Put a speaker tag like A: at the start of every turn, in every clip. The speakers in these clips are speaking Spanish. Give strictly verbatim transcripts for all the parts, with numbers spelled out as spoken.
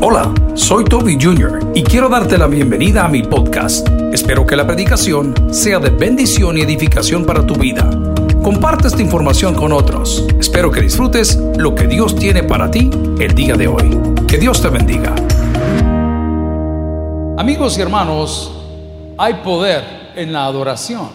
A: Hola, soy Toby junior y quiero darte la bienvenida a mi podcast. Espero que la predicación sea de bendición y edificación para tu vida. Comparte esta información con otros. Espero que disfrutes lo que Dios tiene para ti el día de hoy. Que Dios te bendiga.
B: Amigos y hermanos, hay poder en la adoración.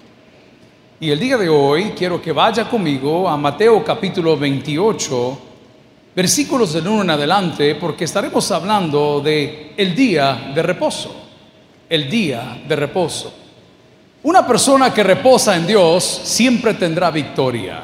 B: Y el día de hoy quiero que vaya conmigo a Mateo capítulo veintiocho, versículos del uno en adelante, porque estaremos hablando de el día de reposo. El día de reposo. Una persona que reposa en Dios siempre tendrá victoria.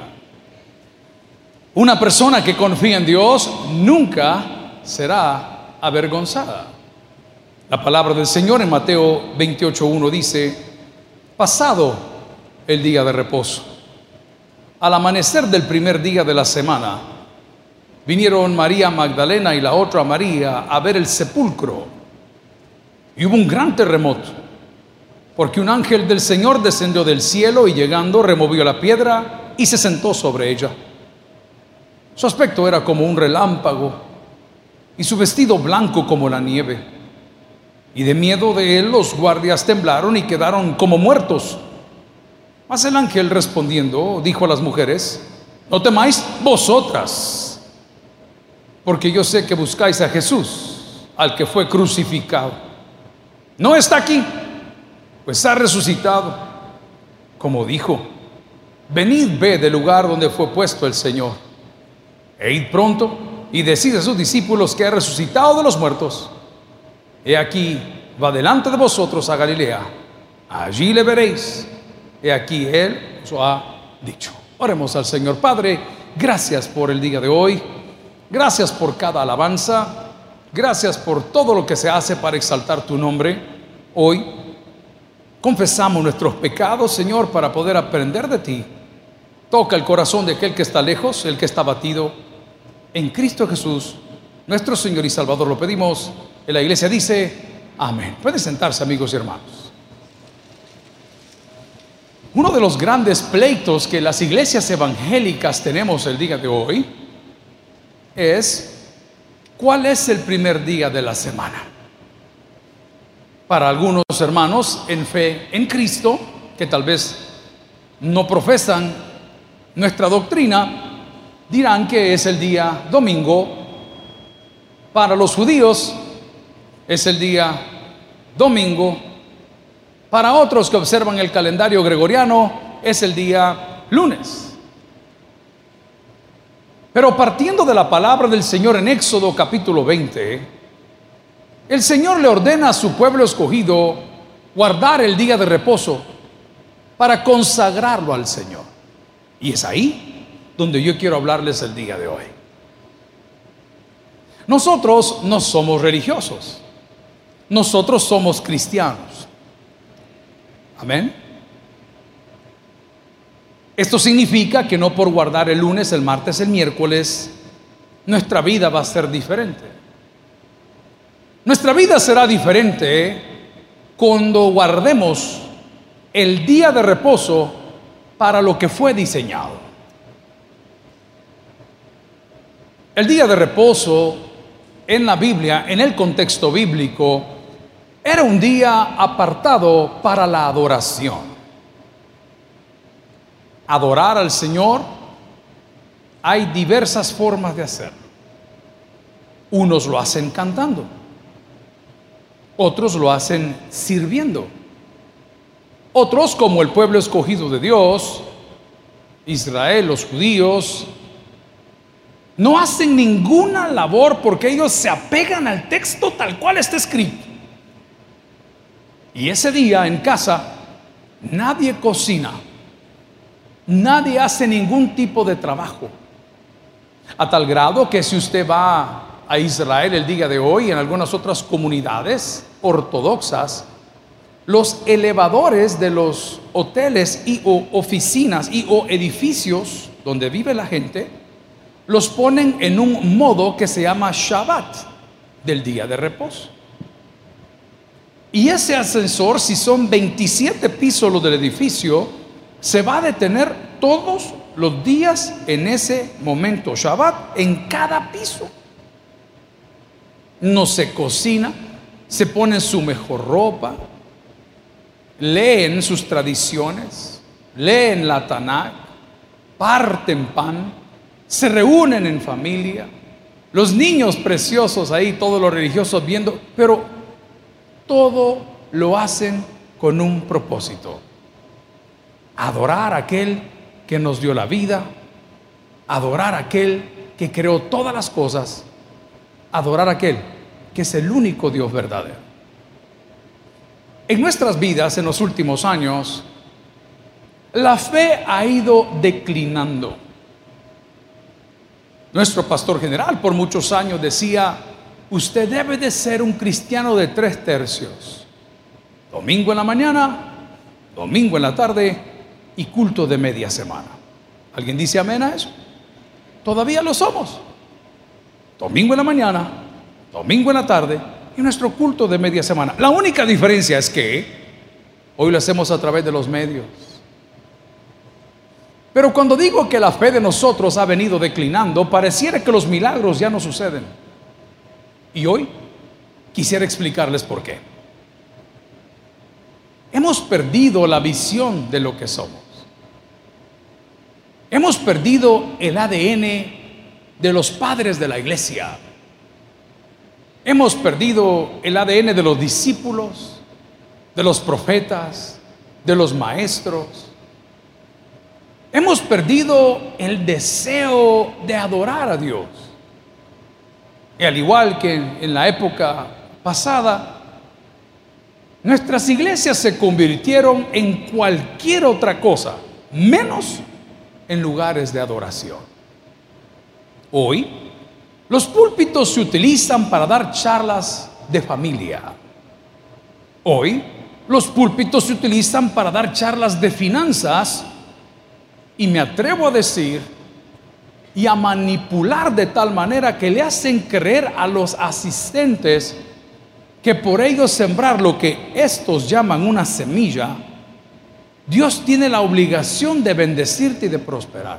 B: Una persona que confía en Dios nunca será avergonzada. La palabra del Señor en Mateo veintiocho uno dice: pasado el día de reposo, al amanecer del primer día de la semana, vinieron María Magdalena y la otra María a ver el sepulcro. Y hubo un gran terremoto, porque un ángel del Señor descendió del cielo y llegando removió la piedra y se sentó sobre ella. Su aspecto era como un relámpago y su vestido blanco como la nieve. Y de miedo de él los guardias temblaron y quedaron como muertos. Mas el ángel respondiendo dijo a las mujeres: no temáis vosotras, porque yo sé que buscáis a Jesús, al que fue crucificado. No está aquí, pues ha resucitado, como dijo. Venid, ved del lugar donde fue puesto el Señor. E id pronto y decid a sus discípulos que ha resucitado de los muertos. He aquí, va delante de vosotros a Galilea, allí le veréis. He aquí, Él os lo ha dicho. Oremos al Señor. Padre, gracias por el día de hoy. Gracias por cada alabanza. Gracias por todo lo que se hace para exaltar tu nombre. Hoy confesamos nuestros pecados, Señor, para poder aprender de ti. Toca el corazón de aquel que está lejos, el que está abatido. En Cristo Jesús, nuestro Señor y Salvador, lo pedimos. En la iglesia dice amén. Pueden sentarse, amigos y hermanos. Uno de los grandes pleitos que las iglesias evangélicas tenemos el día de hoy es: ¿cuál es el primer día de la semana? Para algunos hermanos en fe en Cristo, que tal vez no profesan nuestra doctrina, dirán que es el día domingo. Para los judíos es el día domingo. Para otros que observan el calendario gregoriano es el día lunes. Pero partiendo de la palabra del Señor en Éxodo capítulo veinte, el Señor le ordena a su pueblo escogido guardar el día de reposo para consagrarlo al Señor. Y es ahí donde yo quiero hablarles el día de hoy. Nosotros no somos religiosos. Nosotros somos cristianos. Amén. Esto significa que no por guardar el lunes, el martes, el miércoles, nuestra vida va a ser diferente. Nuestra vida será diferente cuando guardemos el día de reposo para lo que fue diseñado. El día de reposo en la Biblia, en el contexto bíblico, era un día apartado para la adoración. Adorar al Señor, hay diversas formas de hacerlo. Unos lo hacen cantando, otros lo hacen sirviendo. Otros, como el pueblo escogido de Dios, Israel, los judíos, no hacen ninguna labor porque ellos se apegan al texto tal cual está escrito. Y ese día en casa nadie cocina, nadie hace ningún tipo de trabajo. A tal grado que si usted va a Israel el día de hoy, en algunas otras comunidades ortodoxas, los elevadores de los hoteles y o oficinas y o edificios donde vive la gente, los ponen en un modo que se llama Shabbat, del día de reposo. Y ese ascensor, si son veintisiete pisos los del edificio, se va a detener todos los días en ese momento Shabbat, en cada piso. no se cocina, se ponen su mejor ropa, leen sus tradiciones, leen la Tanakh, parten pan, se reúnen en familia, los niños preciosos ahí, todos los religiosos viendo, pero todo lo hacen con un propósito: adorar a aquel que nos dio la vida, adorar a aquel que creó todas las cosas, adorar a aquel que es el único Dios verdadero. En nuestras vidas, en los últimos años, la fe ha ido declinando. Nuestro pastor general por muchos años decía: usted debe de ser un cristiano de tres tercios. Domingo en la mañana, domingo en la tarde y culto de media semana. ¿Alguien dice amén a eso? Todavía lo somos. Domingo en la mañana, domingo en la tarde y nuestro culto de media semana. La única diferencia es que hoy lo hacemos a través de los medios. Pero cuando digo que la fe de nosotros ha venido declinando, pareciera que los milagros ya no suceden. Y hoy quisiera explicarles por qué. Hemos perdido la visión de lo que somos. Hemos perdido el A D N de los padres de la iglesia. Hemos perdido el A D N de los discípulos, de los profetas, de los maestros. Hemos perdido el deseo de adorar a Dios. Y al igual que en la época pasada, nuestras iglesias se convirtieron en cualquier otra cosa, menos en lugares de adoración. Hoy, los púlpitos se utilizan para dar charlas de familia. Hoy, los púlpitos se utilizan para dar charlas de finanzas. Y me atrevo a decir y a manipular de tal manera que le hacen creer a los asistentes que por ellos sembrar lo que estos llaman una semilla, Dios tiene la obligación de bendecirte y de prosperar.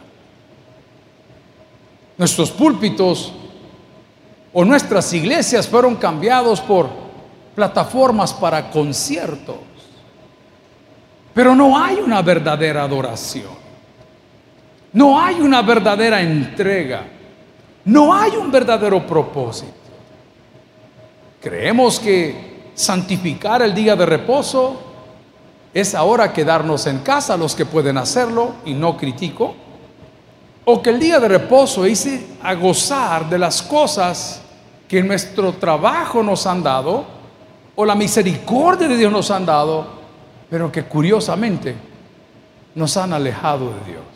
B: Nuestros púlpitos o nuestras iglesias fueron cambiados por plataformas para conciertos, pero no hay una verdadera adoración. No hay una verdadera entrega. No hay un verdadero propósito. Creemos que santificar el día de reposo es ahora quedarnos en casa, los que pueden hacerlo, y no critico. O que el día de reposo es ir a gozar de las cosas que nuestro trabajo nos han dado, o la misericordia de Dios nos han dado, pero que curiosamente nos han alejado de Dios.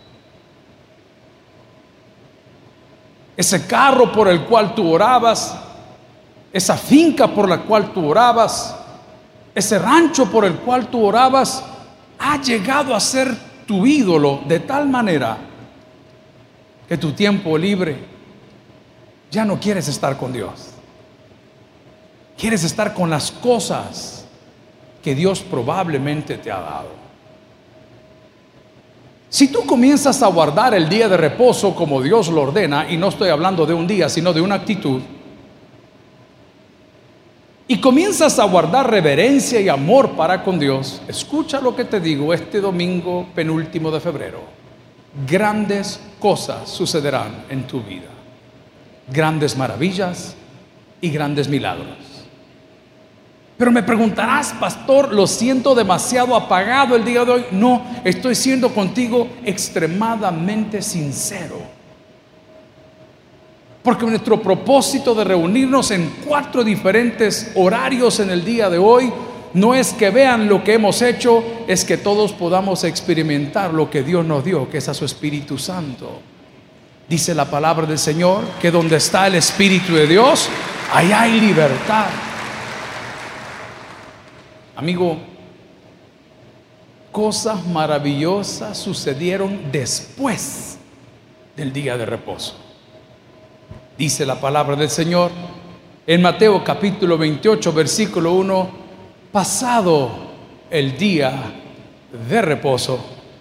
B: Ese carro por el cual tú orabas, esa finca por la cual tú orabas, ese rancho por el cual tú orabas, ha llegado a ser tu ídolo de tal manera que tu tiempo libre ya no quieres estar con Dios. Quieres estar con las cosas que Dios probablemente te ha dado. Si tú comienzas a guardar el día de reposo como Dios lo ordena, y no estoy hablando de un día, sino de una actitud, y comienzas a guardar reverencia y amor para con Dios, escucha lo que te digo este domingo penúltimo de febrero: grandes cosas sucederán en tu vida, grandes maravillas y grandes milagros. Pero me preguntarás: pastor, lo siento demasiado apagado el día de hoy. No, estoy siendo contigo extremadamente sincero, porque nuestro propósito de reunirnos en cuatro diferentes horarios en el día de hoy no es que vean lo que hemos hecho, es que todos podamos experimentar lo que Dios nos dio, que es a su Espíritu Santo. Dice la palabra del Señor que donde está el Espíritu de Dios, ahí hay libertad. Amigo, cosas maravillosas sucedieron después del día de reposo. Dice la palabra del Señor en Mateo capítulo veintiocho, versículo uno: pasado el día de reposo,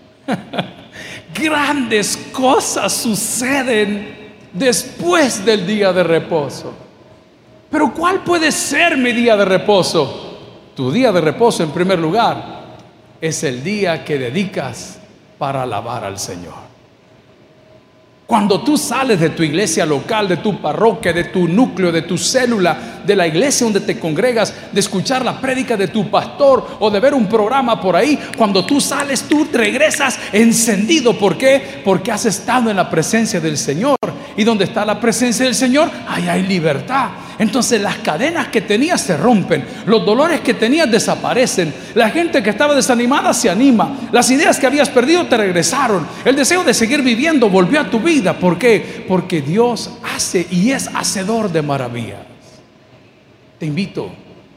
B: grandes cosas suceden después del día de reposo. Pero ¿cuál puede ser mi día de reposo? Tu día de reposo, en primer lugar, es el día que dedicas para alabar al Señor. Cuando tú sales de tu iglesia local, de tu parroquia, de tu núcleo, de tu célula, de la iglesia donde te congregas, de escuchar la prédica de tu pastor o de ver un programa por ahí, cuando tú sales, tú regresas encendido. ¿Por qué? Porque has estado en la presencia del Señor. Y donde está la presencia del Señor, ahí hay libertad. Entonces las cadenas que tenías se rompen, los dolores que tenías desaparecen, la gente que estaba desanimada se anima, las ideas que habías perdido te regresaron, el deseo de seguir viviendo volvió a tu vida. ¿Por qué? Porque Dios hace y es hacedor de maravillas. Te invito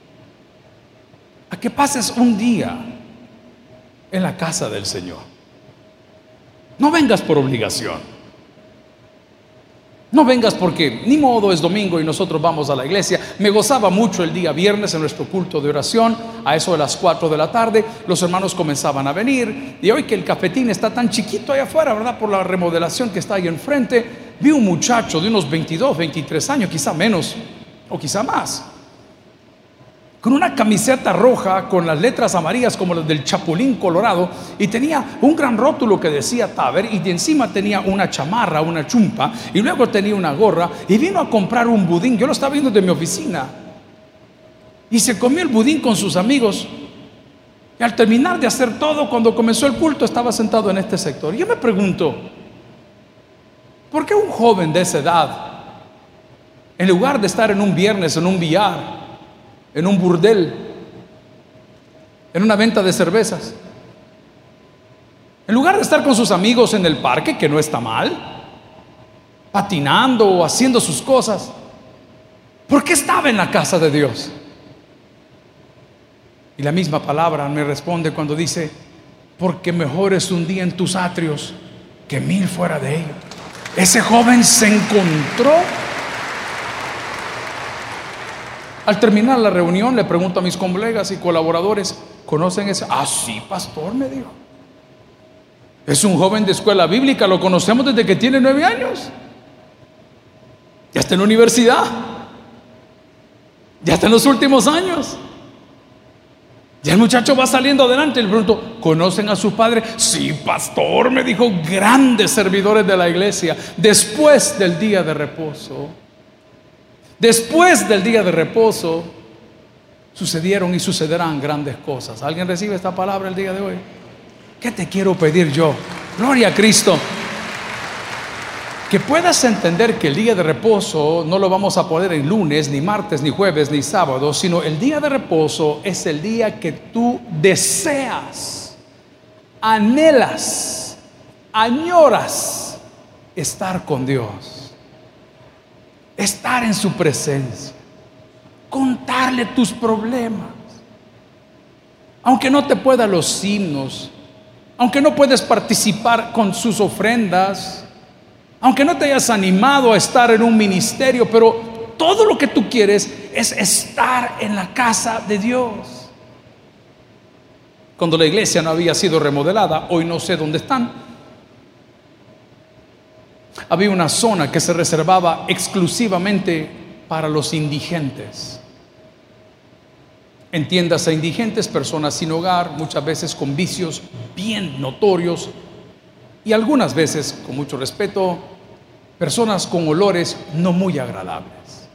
B: a que pases un día en la casa del Señor. No vengas por obligación. No vengas porque ni modo es domingo y nosotros vamos a la iglesia. Me gozaba mucho el día viernes en nuestro culto de oración. A eso de las cuatro de la tarde los hermanos comenzaban a venir. Y hoy que el cafetín está tan chiquito allá afuera, ¿verdad? Por la remodelación que está ahí enfrente, vi un muchacho de unos veintidós, veintitrés años, quizá menos o quizá más, con una camiseta roja con las letras amarillas como las del Chapulín Colorado, y tenía un gran rótulo que decía Taber, y de encima tenía una chamarra, una chumpa, y luego tenía una gorra, y vino a comprar un budín. Yo lo estaba viendo de mi oficina, y se comió el budín con sus amigos. Y al terminar de hacer todo, cuando comenzó el culto, estaba sentado en este sector. Y yo me pregunto, ¿por qué un joven de esa edad, en lugar de estar en un viernes, en un billar, en un burdel, en una venta de cervezas, en lugar de estar con sus amigos en el parque, que no está mal, patinando o haciendo sus cosas, por qué estaba en la casa de Dios? Y la misma palabra me responde cuando dice: porque mejor es un día en tus atrios que mil fuera de ellos. Ese joven se encontró. Al terminar la reunión le pregunto a mis colegas y colaboradores: ¿conocen ese? Ah, sí, pastor, me dijo. Es un joven de escuela bíblica, lo conocemos desde que tiene nueve años. Ya está en la universidad, ya está en los últimos años. Ya el muchacho va saliendo adelante. Le pregunto: ¿conocen a su padre? Sí, pastor, me dijo. Grandes servidores de la iglesia. Después del día de reposo, Después del día de reposo sucedieron y sucederán grandes cosas. ¿Alguien recibe esta palabra el día de hoy? ¿Qué te quiero pedir yo? Gloria a Cristo. Que puedas entender que el día de reposo no lo vamos a poner en lunes, ni martes, ni jueves, ni sábado, sino el día de reposo es el día que tú deseas, anhelas, añoras estar con Dios. Estar en su presencia, contarle tus problemas, aunque no te pueda los himnos, aunque no puedes participar con sus ofrendas, aunque no te hayas animado a estar en un ministerio, pero todo lo que tú quieres es estar en la casa de Dios. Cuando la iglesia no había sido remodelada, hoy no sé dónde están, había una zona que se reservaba exclusivamente para los indigentes. Entiéndase indigentes, personas sin hogar, muchas veces con vicios bien notorios, y algunas veces, con mucho respeto, personas con olores no muy agradables.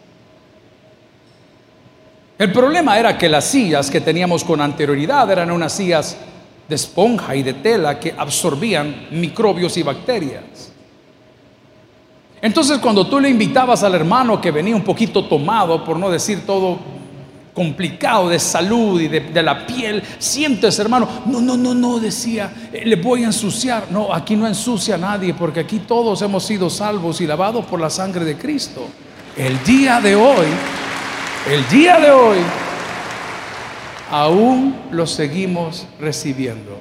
B: El problema era que las sillas que teníamos con anterioridad eran unas sillas de esponja y de tela que absorbían microbios y bacterias. Entonces, cuando tú le invitabas al hermano que venía un poquito tomado, por no decir todo complicado de salud y de, de la piel, siéntese, hermano. No, no, no, no, decía, le voy a ensuciar. No, aquí no ensucia a nadie, porque aquí todos hemos sido salvos y lavados por la sangre de Cristo. El día de hoy, el día de hoy, aún lo seguimos recibiendo.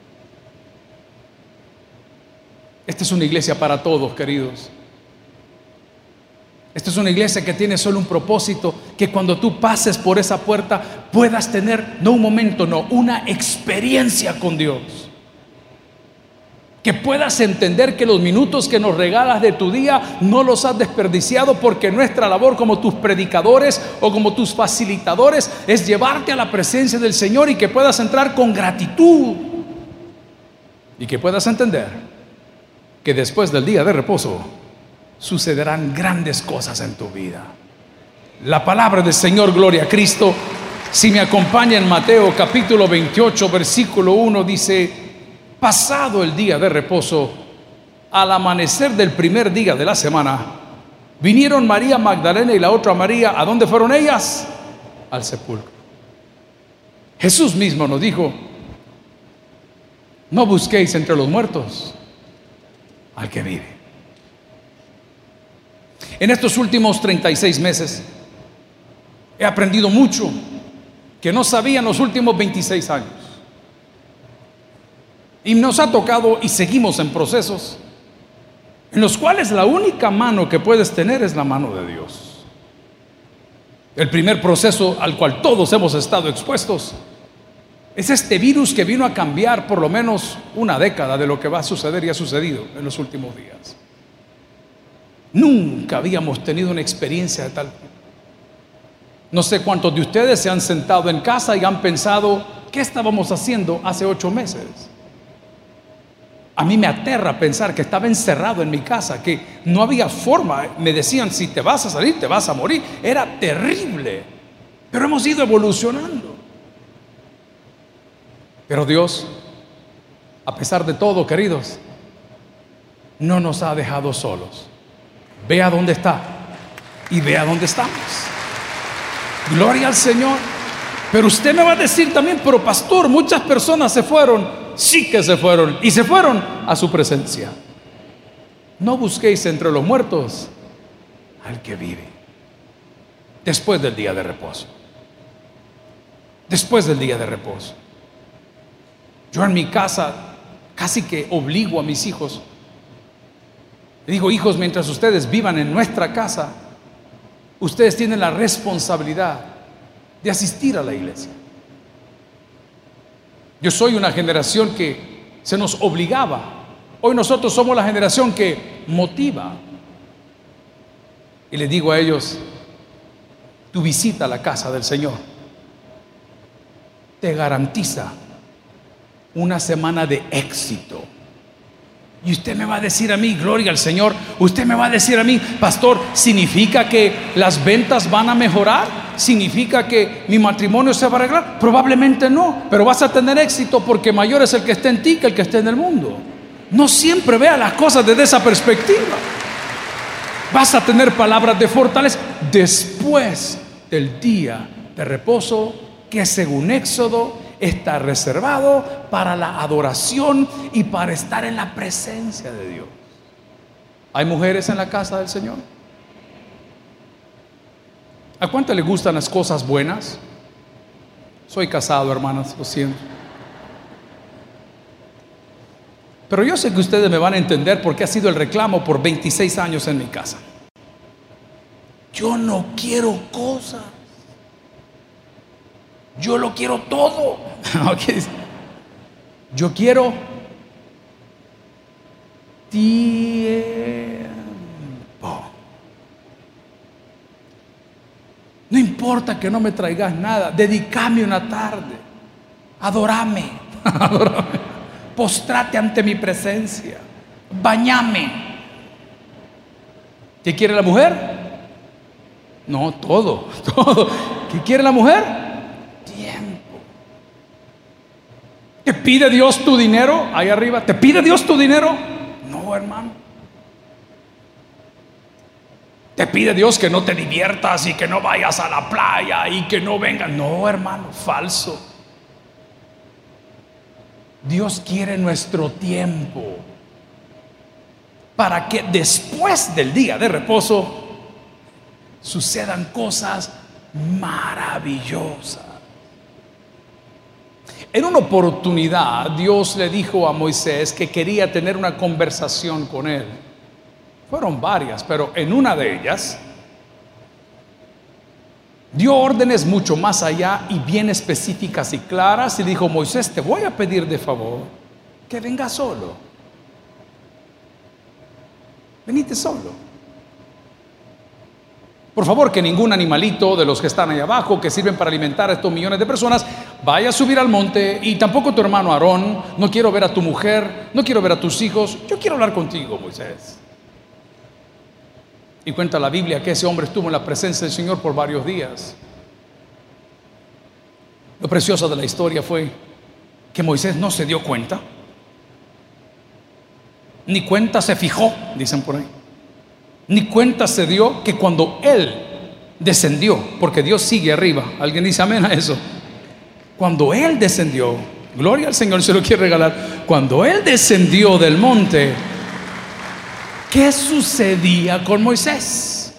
B: Esta es una iglesia para todos, queridos. Esta es una iglesia que tiene solo un propósito: que cuando tú pases por esa puerta puedas tener, no un momento, no, una experiencia con Dios. Que puedas entender que los minutos que nos regalas de tu día no los has desperdiciado, porque nuestra labor como tus predicadores o como tus facilitadores es llevarte a la presencia del Señor, y que puedas entrar con gratitud y que puedas entender que después del día de reposo sucederán grandes cosas en tu vida. La palabra del Señor, gloria a Cristo. Si me acompaña en Mateo capítulo veintiocho, versículo uno, dice: pasado el día de reposo, al amanecer del primer día de la semana, vinieron María Magdalena y la otra María. ¿A dónde fueron ellas? Al sepulcro. Jesús mismo nos dijo: no busquéis entre los muertos al que vive. En estos últimos treinta y seis meses he aprendido mucho que no sabía en los últimos veintiséis años. Y nos ha tocado, y seguimos en procesos en los cuales la única mano que puedes tener es la mano de Dios. El primer proceso al cual todos hemos estado expuestos es este virus que vino a cambiar por lo menos una década de lo que va a suceder y ha sucedido en los últimos días. Nunca habíamos tenido una experiencia de tal tipo. No sé cuántos de ustedes se han sentado en casa y han pensado: ¿qué estábamos haciendo hace ocho meses? A mí me aterra pensar que estaba encerrado en mi casa, que no había forma. Me decían: si te vas a salir, te vas a morir. Era terrible. Pero hemos ido evolucionando. Pero Dios, a pesar de todo, queridos, no nos ha dejado solos. Vea dónde está y vea dónde estamos. Gloria al Señor. Pero usted me va a decir también: pero pastor, muchas personas se fueron. Sí que se fueron, y se fueron a su presencia. No busquéis entre los muertos al que vive. Después del día de reposo. Después del día de reposo. Yo en mi casa casi que obligo a mis hijos. Le digo: hijos, mientras ustedes vivan en nuestra casa, ustedes tienen la responsabilidad de asistir a la iglesia. Yo soy una generación que se nos obligaba. Hoy nosotros somos la generación que motiva. Y les digo a ellos: tu visita a la casa del Señor te garantiza una semana de éxito. Y usted me va a decir a mí: gloria al Señor. Usted me va a decir a mí: pastor, ¿significa que las ventas van a mejorar? ¿Significa que mi matrimonio se va a arreglar? Probablemente no, pero vas a tener éxito, porque mayor es el que está en ti que el que está en el mundo. No siempre vea las cosas desde esa perspectiva. Vas a tener palabras de fortaleza después del día de reposo, que según Éxodo está reservado para la adoración y para estar en la presencia de Dios. ¿Hay mujeres en la casa del Señor? ¿A cuánto le gustan las cosas buenas? Soy casado, hermanas, lo siento. Pero yo sé que ustedes me van a entender, porque ha sido el reclamo por veintiséis años en mi casa. Yo no quiero cosas. Yo lo quiero todo. Yo quiero tiempo. No importa que no me traigas nada, dedícame una tarde, adorame, adorame, postrate ante mi presencia, bañame. ¿Qué quiere la mujer? No, todo, todo. ¿Qué quiere la mujer? Tiempo. ¿Te pide Dios tu dinero? Ahí arriba, ¿te pide Dios tu dinero? No, hermano. ¿Te pide Dios que no te diviertas y que no vayas a la playa y que no vengas? No, hermano, falso. Dios quiere nuestro tiempo para que después del día de reposo sucedan cosas maravillosas. En una oportunidad, Dios le dijo a Moisés que quería tener una conversación con él. Fueron varias, pero en una de ellas dio órdenes mucho más allá y bien específicas y claras, y dijo: Moisés, te voy a pedir de favor que vengas solo. venite solo. Por favor, que ningún animalito de los que están ahí abajo, que sirven para alimentar a estos millones de personas, vaya a subir al monte, y tampoco tu hermano Aarón. No quiero ver a tu mujer, no quiero ver a tus hijos. Yo quiero hablar contigo, Moisés. Y cuenta la Biblia que ese hombre estuvo en la presencia del Señor por varios días. Lo precioso de la historia fue que Moisés no se dio cuenta, ni cuenta se fijó, dicen por ahí. Ni cuenta se dio que cuando él descendió, porque Dios sigue arriba. ¿Alguien dice amén a eso? Cuando él descendió, gloria al Señor, se lo quiere regalar. Cuando él descendió del monte, ¿qué sucedía con Moisés?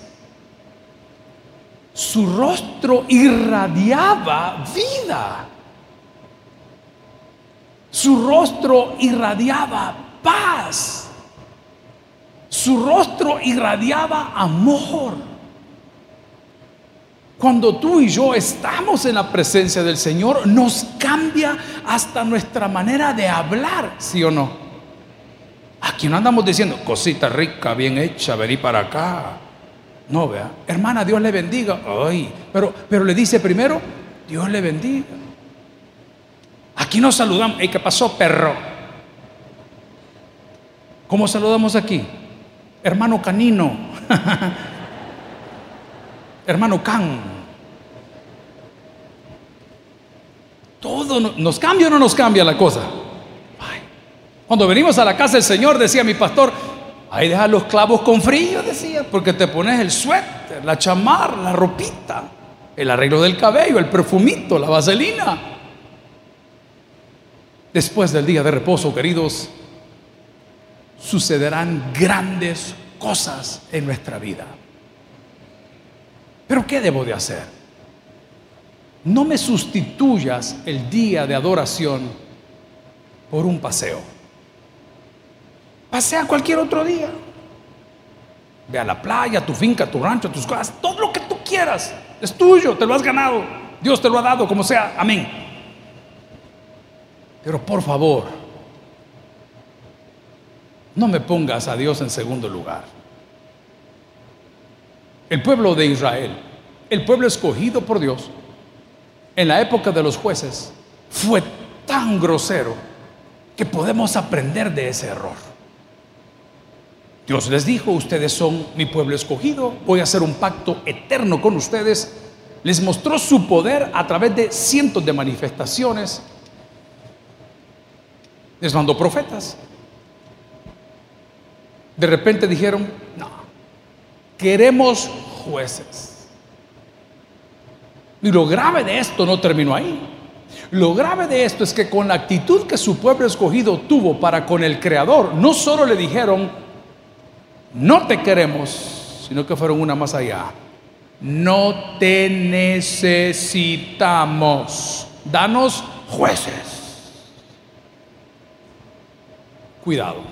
B: Su rostro irradiaba vida. Su rostro irradiaba paz. Su rostro irradiaba amor. Cuando tú y yo estamos en la presencia del Señor, nos cambia hasta nuestra manera de hablar, ¿sí o no? Aquí no andamos diciendo, cosita rica, bien hecha, vení para acá. No, vea, hermana, Dios le bendiga. Ay, pero, pero le dice primero, Dios le bendiga. Aquí nos saludamos. Hey, ¿qué pasó, perro? ¿Cómo saludamos aquí? Hermano canino. Hermano can. Todo nos cambia o no nos cambia la cosa. Ay, cuando venimos a la casa del Señor, decía mi pastor, ahí deja los clavos con frío, decía, porque te pones el suéter, la chamarra, la ropita, el arreglo del cabello, el perfumito, la vaselina. Después del día de reposo, queridos, sucederán grandes cosas en nuestra vida. Pero ¿qué debo de hacer? No me sustituyas el día de adoración por un paseo. Pasea cualquier otro día. Ve a la playa, a tu finca, a tu rancho, a tus casas, todo lo que tú quieras. Es tuyo, te lo has ganado. Dios te lo ha dado, como sea. Amén. Pero por favor, no me pongas a Dios en segundo lugar. El pueblo de Israel, el pueblo escogido por Dios, en la época de los jueces, fue tan grosero que podemos aprender de ese error. Dios les dijo, ustedes son mi pueblo escogido, voy a hacer un pacto eterno con ustedes. Les mostró su poder a través de cientos de manifestaciones. Les mandó profetas. De repente dijeron, no, queremos jueces. Y lo grave de esto no terminó ahí. Lo grave de esto es que con la actitud que su pueblo escogido tuvo para con el Creador, no solo le dijeron, no te queremos, sino que fueron una más allá. No te necesitamos, danos jueces. Cuidado.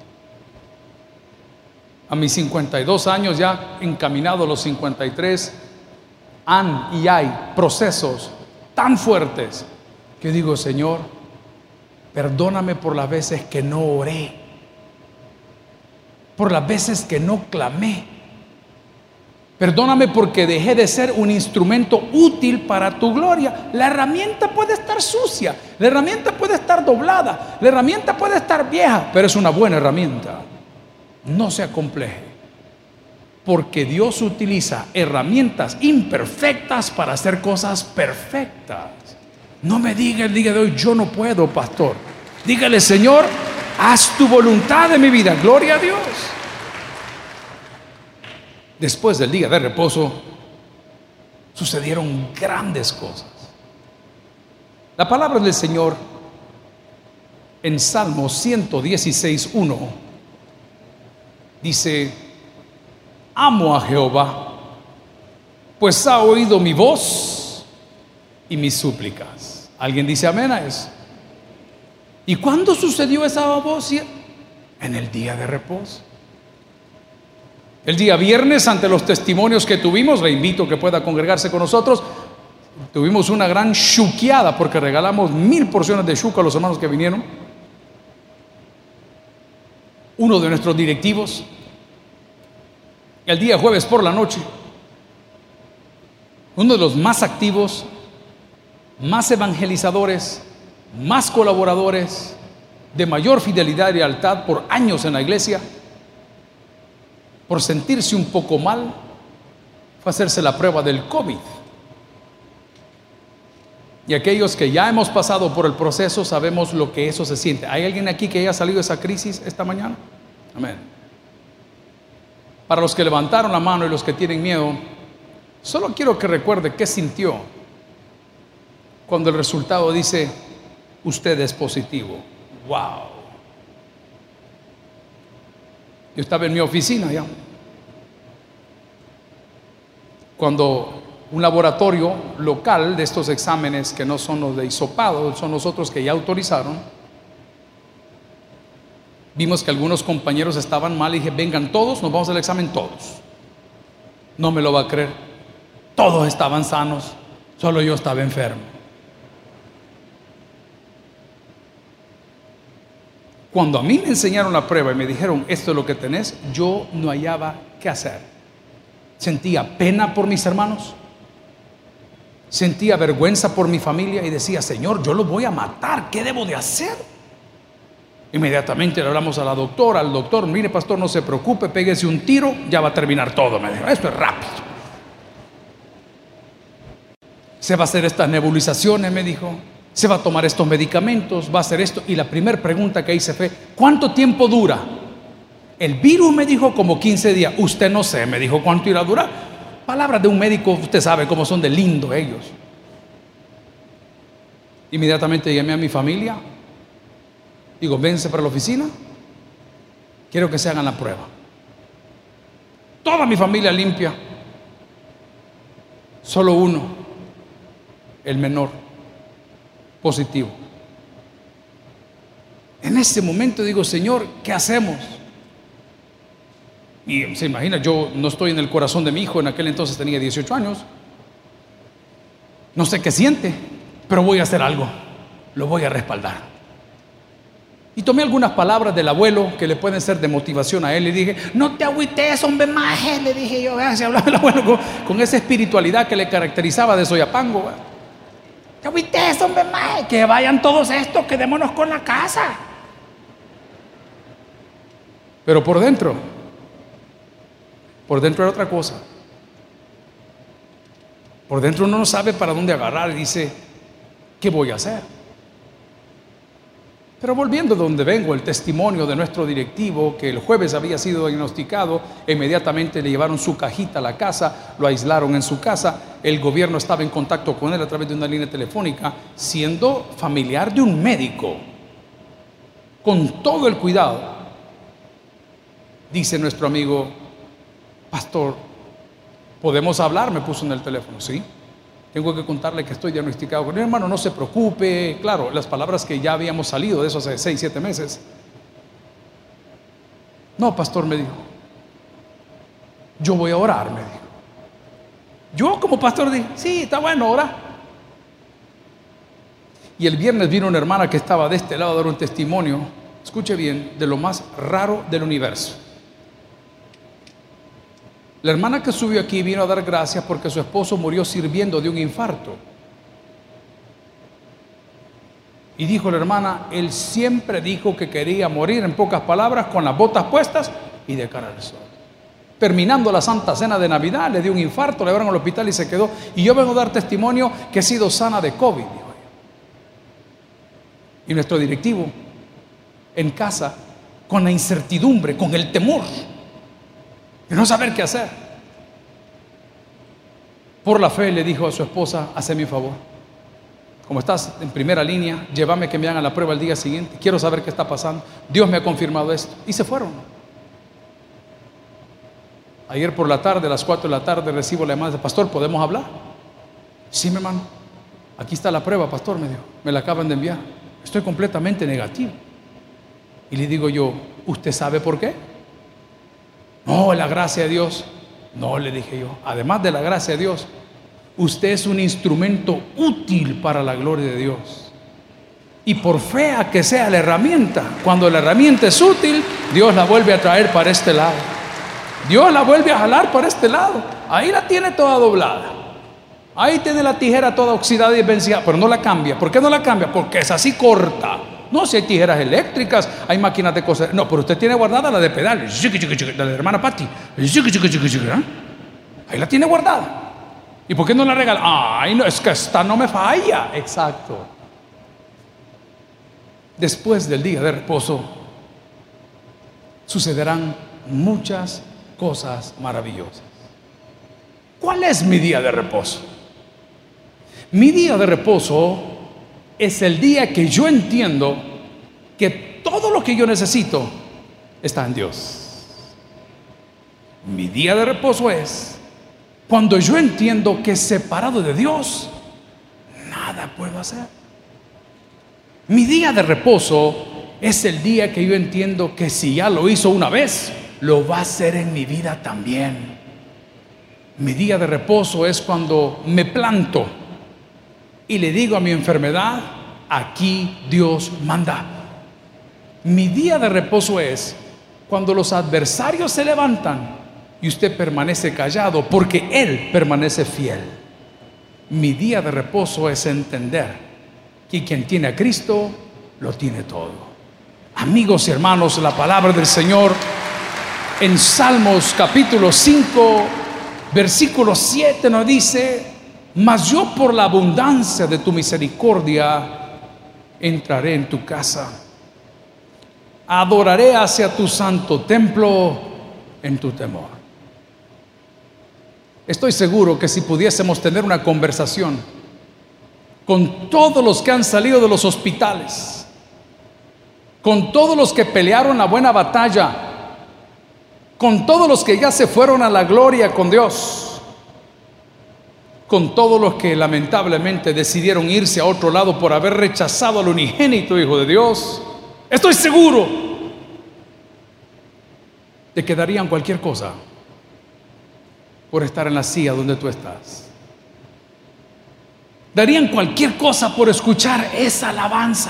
B: A mis cincuenta y dos años, ya encaminado a los cincuenta y tres, han y hay procesos tan fuertes que digo, Señor, perdóname por las veces que no oré, por las veces que no clamé. Perdóname porque dejé de ser un instrumento útil para tu gloria. La herramienta puede estar sucia, la herramienta puede estar doblada, la herramienta puede estar vieja, pero es una buena herramienta. No se acompleje, porque Dios utiliza herramientas imperfectas para hacer cosas perfectas. No me diga el día de hoy, yo no puedo, pastor. Dígale, Señor, haz tu voluntad en mi vida. Gloria a Dios. Después del día de reposo sucedieron grandes cosas. La palabra del Señor en Salmo ciento dieciséis, uno dice, amo a Jehová, pues ha oído mi voz y mis súplicas. ¿Alguien dice amén a eso? ¿Y cuándo sucedió esa voz? En el día de reposo. El día viernes, ante los testimonios que tuvimos, le invito a que pueda congregarse con nosotros. Tuvimos una gran shukiada porque regalamos mil porciones de shuka a los hermanos que vinieron. Uno de nuestros directivos El día jueves por la noche, uno de los más activos, más evangelizadores, más colaboradores, de mayor fidelidad y lealtad por años en la iglesia, por sentirse un poco mal, fue a hacerse la prueba del COVID. Y aquellos que ya hemos pasado por el proceso sabemos lo que eso se siente. ¿Hay alguien aquí que haya salido de esa crisis esta mañana? Amén. Para los que levantaron la mano y los que tienen miedo, solo quiero que recuerde qué sintió cuando el resultado dice: usted es positivo. Wow. Yo estaba en mi oficina ya, cuando un laboratorio local de estos exámenes, que no son los de hisopado, son los otros que ya autorizaron, vimos que algunos compañeros estaban mal y dije: vengan todos, nos vamos al examen todos. No me lo va a creer, todos estaban sanos, solo yo estaba enfermo. Cuando a mí me enseñaron la prueba y me dijeron: esto es lo que tenés, yo no hallaba qué hacer. Sentía pena por mis hermanos, sentía vergüenza por mi familia y decía: Señor, yo los voy a matar, ¿qué debo de hacer? Inmediatamente le hablamos a la doctora, al doctor: mire, pastor, no se preocupe, péguese un tiro, ya va a terminar todo. Me dijo: esto es rápido. Se va a hacer estas nebulizaciones, me dijo, se va a tomar estos medicamentos, va a hacer esto. Y la primera pregunta que hice fue: ¿cuánto tiempo dura? El virus, me dijo, como quince días. Usted no sé, me dijo, ¿cuánto irá a durar? Palabras de un médico, usted sabe cómo son de lindo ellos. Inmediatamente llamé a mi familia. Digo: vénse para la oficina, quiero que se hagan la prueba. Toda mi familia limpia, solo uno, el menor, positivo. En ese momento digo: Señor, ¿qué hacemos? Y se imagina, yo no estoy en el corazón de mi hijo, en aquel entonces tenía dieciocho años, no sé qué siente, pero voy a hacer algo, lo voy a respaldar. Y tomé algunas palabras del abuelo que le pueden ser de motivación a él y dije: no te agüites, hombre maje, le dije yo. Vean, se hablaba el abuelo con, con esa espiritualidad que le caracterizaba de Soyapango. ¿Verdad? Te agüites, hombre maje, que vayan todos estos, quedémonos con la casa. Pero por dentro, por dentro era otra cosa. Por dentro uno no sabe para dónde agarrar y dice: ¿qué voy a hacer? Pero volviendo de donde vengo, el testimonio de nuestro directivo, que el jueves había sido diagnosticado, inmediatamente le llevaron su cajita a la casa, lo aislaron en su casa. El gobierno estaba en contacto con él a través de una línea telefónica, siendo familiar de un médico, con todo el cuidado. Dice nuestro amigo: pastor, ¿podemos hablar? Me puso en el teléfono. Sí, tengo que contarle que estoy diagnosticado con él. Hermano, no se preocupe. Claro, las palabras que ya habíamos salido de esos hace seis, siete meses. No, pastor, me dijo, yo voy a orar, me dijo. Yo como pastor dije: sí, está bueno, ora. Y el viernes vino una hermana que estaba de este lado a dar un testimonio, escuche bien, de lo más raro del universo. La hermana que subió aquí vino a dar gracias porque su esposo murió sirviendo de un infarto. Y dijo la hermana: él siempre dijo que quería morir, en pocas palabras, con las botas puestas y de cara al sol. Terminando la Santa Cena de Navidad, le dio un infarto, le llevaron al hospital y se quedó. Y yo vengo a dar testimonio que he sido sana de COVID, dijo ella. Y nuestro directivo, en casa, con la incertidumbre, con el temor de no saber qué hacer, por la fe le dijo a su esposa: hazme un favor, como estás en primera línea, llévame que me hagan la prueba el día siguiente, quiero saber qué está pasando, Dios me ha confirmado esto. Y se fueron. Ayer por la tarde, a las cuatro de la tarde, recibo la llamada de: pastor, ¿podemos hablar? Sí, mi hermano, aquí está la prueba, pastor, me dijo, me la acaban de enviar, estoy completamente negativo. Y le digo yo: ¿usted sabe por qué? No, la gracia de Dios. No, le dije yo, además de la gracia de Dios, usted es un instrumento útil para la gloria de Dios. Y por fea que sea la herramienta, cuando la herramienta es útil, Dios la vuelve a traer para este lado. Dios la vuelve a jalar por este lado. Ahí la tiene toda doblada. Ahí tiene la tijera toda oxidada y vencida, pero no la cambia. ¿Por qué no la cambia? Porque es así corta. No, si hay tijeras eléctricas, hay máquinas de coser. No, pero usted tiene guardada la de pedales, la de la hermana Patti. Ahí la tiene guardada. ¿Y por qué no la regala? Ay, no, es que esta no me falla. Exacto. Después del día de reposo sucederán muchas cosas maravillosas. ¿Cuál es mi día de reposo? Mi día de reposo es el día que yo entiendo que todo lo que yo necesito está en Dios. Mi día de reposo es cuando yo entiendo que separado de Dios nada puedo hacer. Mi día de reposo es el día que yo entiendo que si ya lo hizo una vez, lo va a hacer en mi vida también. Mi día de reposo es cuando me planto y le digo a mi enfermedad: aquí Dios manda. Mi día de reposo es cuando los adversarios se levantan y usted permanece callado porque Él permanece fiel. Mi día de reposo es entender que quien tiene a Cristo lo tiene todo. Amigos y hermanos, la palabra del Señor en Salmos capítulo cinco versículo siete nos dice: mas yo por la abundancia de tu misericordia entraré en tu casa, adoraré hacia tu santo templo en tu temor. Estoy seguro que si pudiésemos tener una conversación con todos los que han salido de los hospitales, con todos los que pelearon la buena batalla, con todos los que ya se fueron a la gloria con Dios, con todos los que lamentablemente decidieron irse a otro lado por haber rechazado al unigénito Hijo de Dios, estoy seguro de que darían cualquier cosa por estar en la silla donde tú estás. Darían cualquier cosa por escuchar esa alabanza.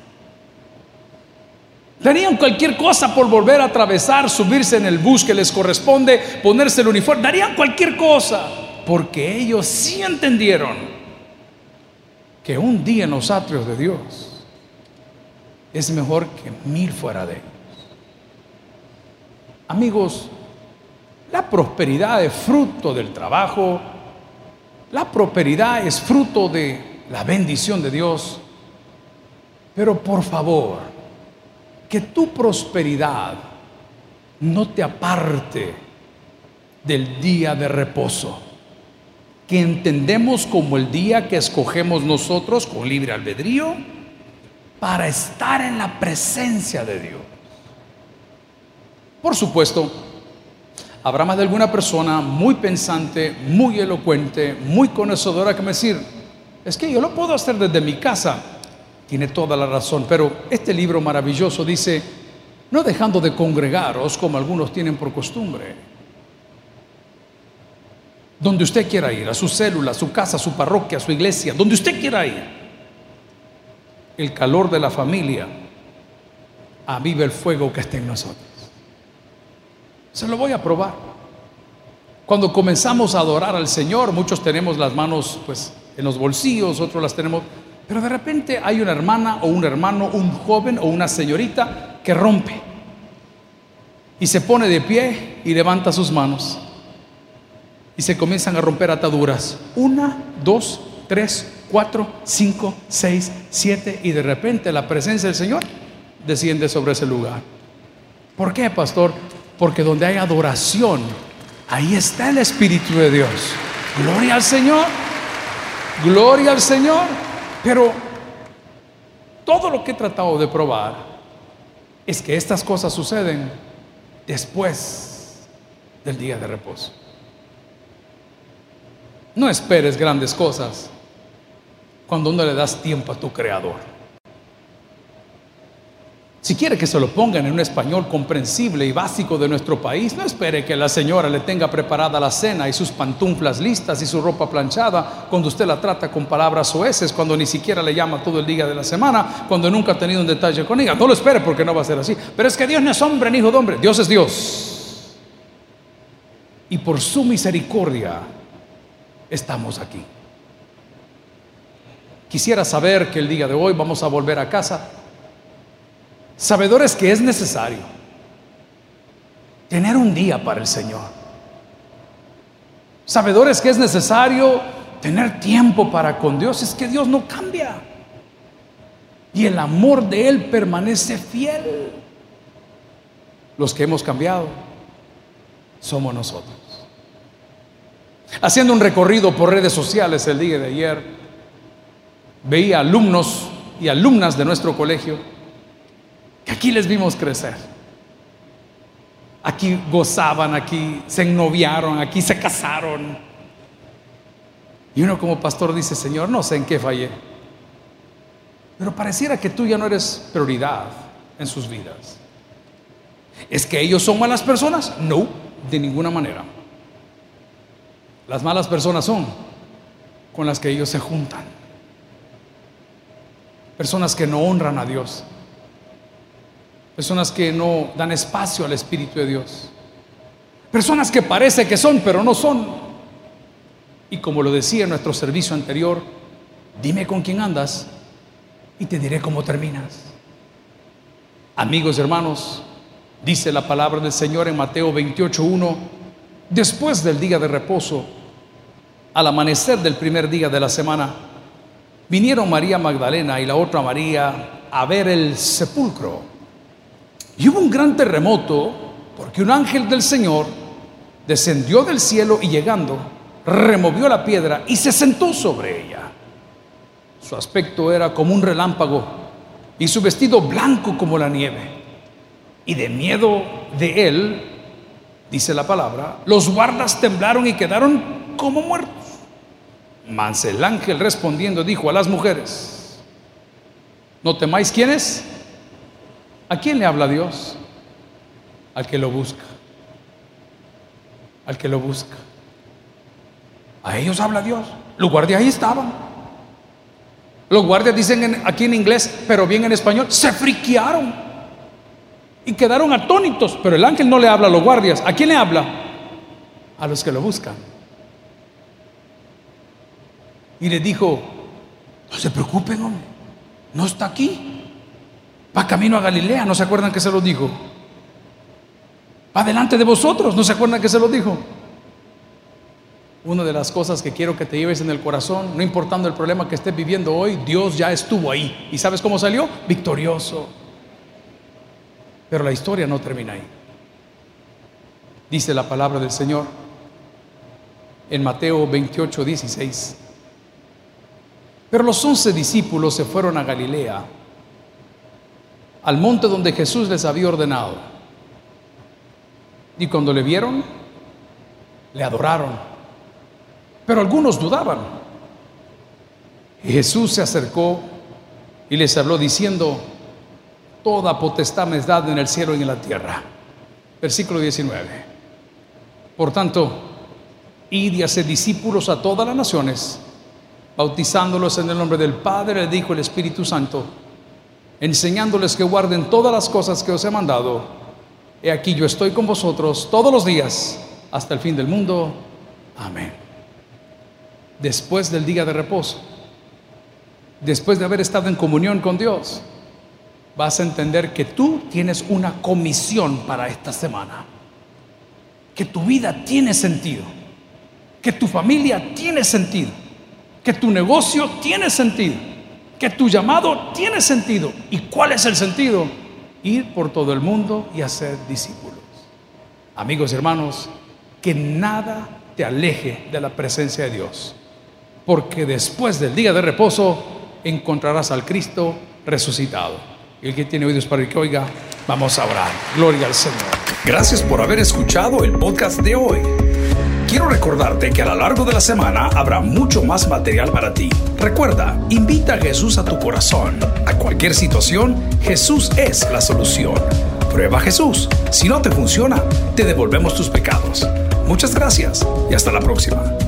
B: Darían cualquier cosa por volver a atravesar, subirse en el bus que les corresponde, ponerse el uniforme. Darían cualquier cosa, porque ellos sí entendieron que un día en los atrios de Dios es mejor que mil fuera de ellos. Amigos, la prosperidad es fruto del trabajo. La prosperidad es fruto de la bendición de Dios. Pero por favor, que tu prosperidad no te aparte del día de reposo, que entendemos como el día que escogemos nosotros con libre albedrío para estar en la presencia de Dios. Por supuesto, habrá más de alguna persona muy pensante, muy elocuente, muy conocedora que me decir: es que yo lo puedo hacer desde mi casa. Tiene toda la razón, pero este libro maravilloso dice: no dejando de congregaros como algunos tienen por costumbre. Donde usted quiera ir, a su célula, a su casa, a su parroquia, a su iglesia, donde usted quiera ir, el calor de la familia aviva el fuego que está en nosotros. Se lo voy a probar. Cuando comenzamos a adorar al Señor, muchos tenemos las manos pues en los bolsillos, otros las tenemos, pero de repente hay una hermana o un hermano, un joven o una señorita que rompe y se pone de pie y levanta sus manos y se comienzan a romper ataduras. Una, dos, tres, cuatro, cinco, seis, siete, y de repente la presencia del Señor desciende sobre ese lugar. ¿Por qué, pastor? Porque donde hay adoración, ahí está el Espíritu de Dios. Gloria al Señor, gloria al Señor. Pero todo lo que he tratado de probar es que estas cosas suceden después del día de reposo. No esperes grandes cosas cuando no le das tiempo a tu Creador. Si quiere que se lo pongan en un español comprensible y básico de nuestro país, no espere que la señora le tenga preparada la cena y sus pantuflas listas y su ropa planchada cuando usted la trata con palabras soeces, cuando ni siquiera le llama todo el día de la semana, cuando nunca ha tenido un detalle con ella. No lo espere, porque no va a ser así. Pero es que Dios no es hombre ni hijo de hombre. Dios es Dios. y por su misericordia estamos aquí. Quisiera saber que el día de hoy vamos a volver a casa, sabedores que es necesario tener un día para el Señor, sabedores que es necesario tener tiempo para con Dios. Es que Dios no cambia y el amor de Él permanece fiel. Los que hemos cambiado somos nosotros. Haciendo un recorrido por redes sociales el día de ayer, veía alumnos y alumnas de nuestro colegio que aquí les vimos crecer. Aquí gozaban, aquí se ennoviaron, aquí se casaron. Y uno como pastor dice: Señor, no sé en qué fallé, pero pareciera que tú ya no eres prioridad en sus vidas. ¿Es que ellos son malas personas? No, de ninguna manera. Las malas personas son con las que ellos se juntan, personas que no honran a Dios, personas que no dan espacio al Espíritu de Dios, personas que parece que son pero no son. Y como lo decía en nuestro servicio anterior, dime con quién andas y te diré cómo terminas. Amigos y hermanos, dice la palabra del Señor en Mateo veintiocho uno: después del día de reposo, al amanecer del primer día de la semana, vinieron María Magdalena y la otra María a ver el sepulcro. Y hubo un gran terremoto, porque un ángel del Señor descendió del cielo y llegando, removió la piedra y se sentó sobre ella. Su aspecto era como un relámpago y su vestido blanco como la nieve. Y de miedo de él, dice la palabra, los guardas temblaron y quedaron como muertos. Mas el ángel respondiendo dijo a las mujeres: no temáis. ¿Quién es? ¿A quién le habla Dios? Al que lo busca. Al que lo busca. A ellos habla Dios. Los guardias ahí estaban. Los guardias dicen en, aquí en inglés, pero bien en español, se friquearon y quedaron atónitos. Pero el ángel no le habla a los guardias. ¿A quién le habla? A los que lo buscan. Y les dijo: no se preocupen, hombre, no está aquí, va camino a Galilea. ¿No se acuerdan que se los dijo? Va delante de vosotros. ¿No se acuerdan que se los dijo? Una de las cosas que quiero que te lleves en el corazón, no importando el problema que estés viviendo hoy, Dios ya estuvo ahí. ¿Y sabes cómo salió? Victorioso. Pero la historia no termina ahí. Dice la palabra del Señor en Mateo veintiocho dieciséis: pero los once discípulos se fueron a Galilea, al monte donde Jesús les había ordenado. Y cuando le vieron, le adoraron, pero algunos dudaban. Y Jesús se acercó y les habló diciendo: toda potestad me es dada en el cielo y en la tierra. Versículo diecinueve: por tanto, id y haced discípulos a todas las naciones, bautizándolos en el nombre del Padre, del Hijo y del Espíritu Santo, enseñándoles que guarden todas las cosas que os he mandado. He aquí yo estoy con vosotros todos los días hasta el fin del mundo. Amén. Después del día de reposo, después de haber estado en comunión con Dios, vas a entender que tú tienes una comisión para esta semana, que tu vida tiene sentido, que tu familia tiene sentido, que tu negocio tiene sentido, que tu llamado tiene sentido. ¿Y cuál es el sentido? Ir por todo el mundo y hacer discípulos. Amigos y hermanos, que nada te aleje de la presencia de Dios, porque después del día de reposo encontrarás al Cristo resucitado. Y el que tiene oídos para el que oiga, vamos a orar. Gloria al Señor.
A: Gracias por haber escuchado el podcast de hoy. Quiero recordarte que a lo largo de la semana habrá mucho más material para ti. Recuerda, invita a Jesús a tu corazón. A cualquier situación, Jesús es la solución. Prueba a Jesús. Si no te funciona, te devolvemos tus pecados. Muchas gracias y hasta la próxima.